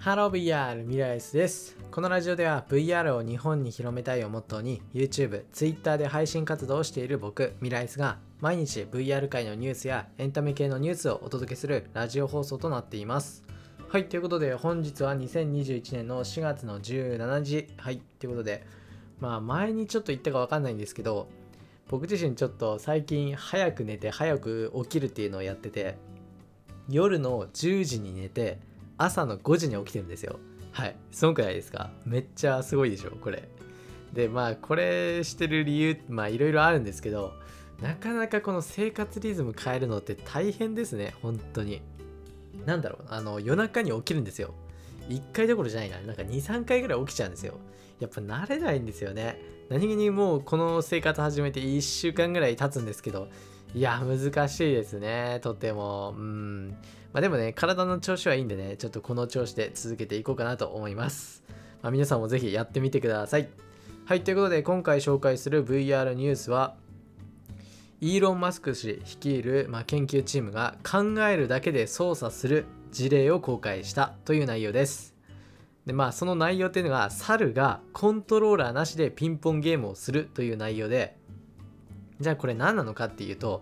ハロー VR ミライスです。このラジオでは VR を日本に広めたいをモットーに YouTube、Twitter で配信活動をしている僕、ミライスが毎日 VR 界のニュースやエンタメ系のニュースをお届けするラジオ放送となっています。はい、ということで本日は2021年の4月の17日。はい、ということで前にちょっと言ったかわかんないんですけど、僕自身ちょっと最近早く寝て早く起きるっていうのをやってて、夜の10時に寝て朝の5時に起きてるんですよ。はい、すごくないですか？めっちゃすごいでしょこれ。でこれしてる理由いろいろあるんですけど、なかなかこの生活リズム変えるのって大変ですね。本当に夜中に起きるんですよ。1回どころじゃないな、2、3回ぐらい起きちゃうんですよ。やっぱ慣れないんですよね。何気にもうこの生活始めて1週間ぐらい経つんですけど、いや難しいですね、とても。でもね、体の調子はいいんでね、ちょっとこの調子で続けていこうかなと思います。皆さんもぜひやってみてください。はい、ということで今回紹介する VR ニュースは、イーロン・マスク氏率いる、研究チームが考えるだけで操作する事例を公開したという内容です。でその内容っていうのが、猿がコントローラーなしでピンポンゲームをするという内容で、じゃあこれ何なのかっていうと、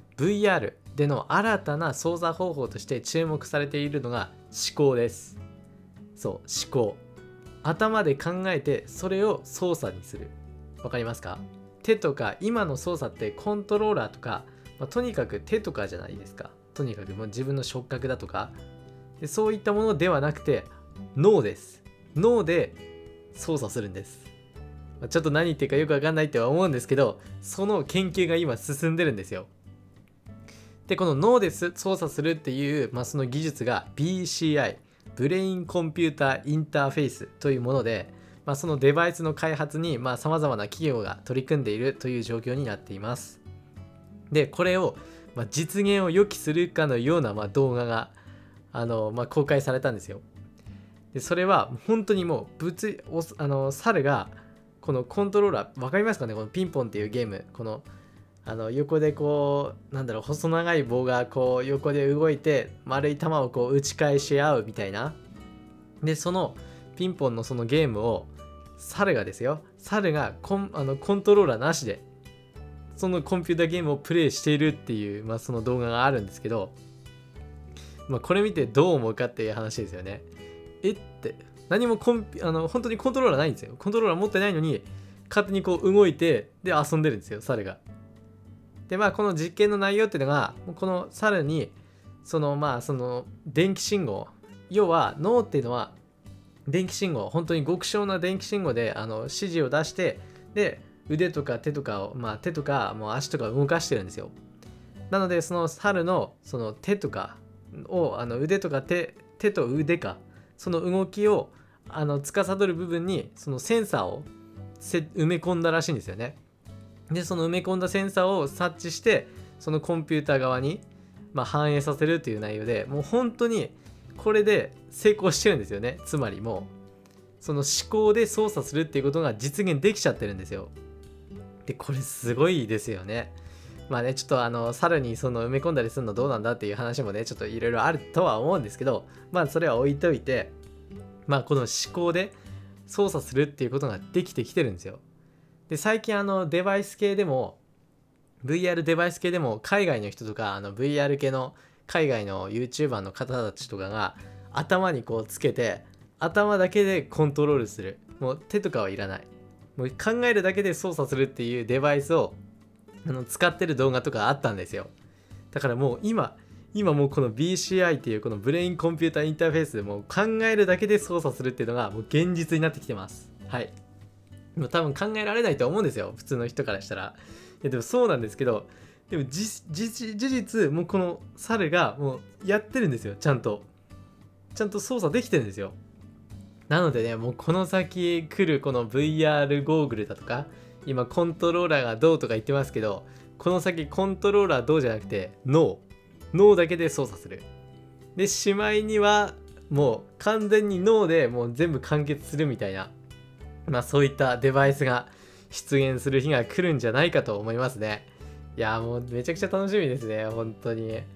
VR での新たな操作方法として注目されているのが思考です。そう、思考。頭で考えてそれを操作にする。わかりますか？手とか、今の操作ってコントローラーとか、とにかく手とかじゃないですか。とにかくもう自分の触覚だとかで、そういったものではなくて脳です。脳で操作するんです。ちょっと何言ってるかよくわかんないっては思うんですけど、その研究が今進んでるんですよ。でこの脳で操作するっていう、その技術が BCI、 ブレインコンピューターインターフェースというもので、そのデバイスの開発にさまざまな企業が取り組んでいるという状況になっています。でこれを、実現を予期するかのような、動画が公開されたんですよ。でそれは本当にもう猿がこのコントローラー、わかりますかね？このピンポンっていうゲーム、この横でこう細長い棒がこう横で動いて丸い球をこう打ち返し合うみたいな。でそのピンポンのそのゲームを猿がコントローラーなしでそのコンピューターゲームをプレイしているっていう、その動画があるんですけど、これ見てどう思うかっていう話ですよね。って何も本当にコントローラーないんですよ。コントローラー持ってないのに勝手にこう動いてで遊んでるんですよ、猿が。でこの実験の内容っていうのが、この猿にその電気信号、要は脳っていうのは電気信号、本当に極小な電気信号で指示を出して、で腕とか手とかを、手とかもう足とか動かしてるんですよ。なのでその猿のその手とかを腕とか手と腕か、その動きを司る部分にそのセンサーを埋め込んだらしいんですよね。でその埋め込んだセンサーを察知して、そのコンピューター側に、反映させるという内容で、もう本当にこれで成功してるんですよね。つまりもうその思考で操作するっていうことが実現できちゃってるんですよ。でこれすごいですよね。ちょっと猿にその埋め込んだりするのどうなんだっていう話もね、ちょっといろいろあるとは思うんですけど、それは置いといて、この思考で操作するっていうことができてきてるんですよ。で最近デバイス系でも VR デバイス系でも海外の人とかVR 系の海外の YouTuber の方たちとかが頭にこうつけて、頭だけでコントロールする、もう手とかはいらない、もう考えるだけで操作するっていうデバイスを使ってる動画とかあったんですよ。だからもう今もうこの BCI っていうこのブレインコンピューターインターフェースでもう考えるだけで操作するっていうのがもう現実になってきてます。はい。もう多分考えられないと思うんですよ、普通の人からしたら。いやでもそうなんですけど、でも事実もうこの猿がもうやってるんですよ。ちゃんと操作できてるんですよ。なのでね、もうこの先来るこの VR ゴーグルだとか、今コントローラーがどうとか言ってますけど、この先コントローラーどうじゃなくて脳だけで操作する。でしまいにはもう完全に脳でもう全部完結するみたいな、そういったデバイスが出現する日が来るんじゃないかと思いますね。いやもうめちゃくちゃ楽しみですね、本当に。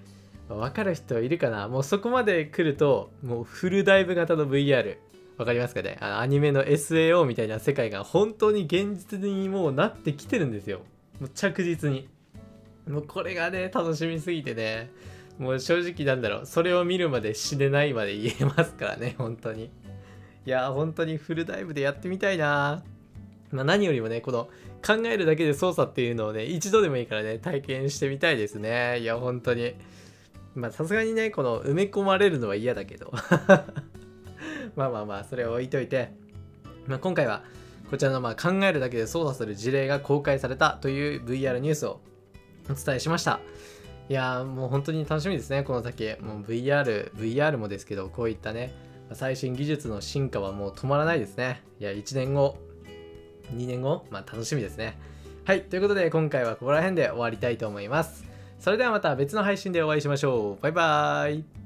わかる人いるかな。もうそこまで来ると、もうフルダイブ型の VR。わかりますかね。アニメの SAO みたいな世界が本当に現実にもうなってきてるんですよ。もう着実に。もうこれがね、楽しみすぎてね。もう正直なんだろう。それを見るまで死ねないまで言えますからね、本当に。いやー、本当にフルダイブでやってみたいな。まあ何よりもね、この考えるだけで操作っていうのをね、一度でもいいからね、体験してみたいですね。いや、本当に。まあさすがにね、この埋め込まれるのは嫌だけど。まあまあまあ、それを置いといて、まあ、今回はこちらの考えるだけで操作する事例が公開されたという VR ニュースをお伝えしました。いやー、もう本当に楽しみですね、この先。もう VR もですけど、こういったね、最新技術の進化はもう止まらないですね。いや、1年後、2年後、楽しみですね。はい、ということで今回はここら辺で終わりたいと思います。それではまた別の配信でお会いしましょう。バイバーイ。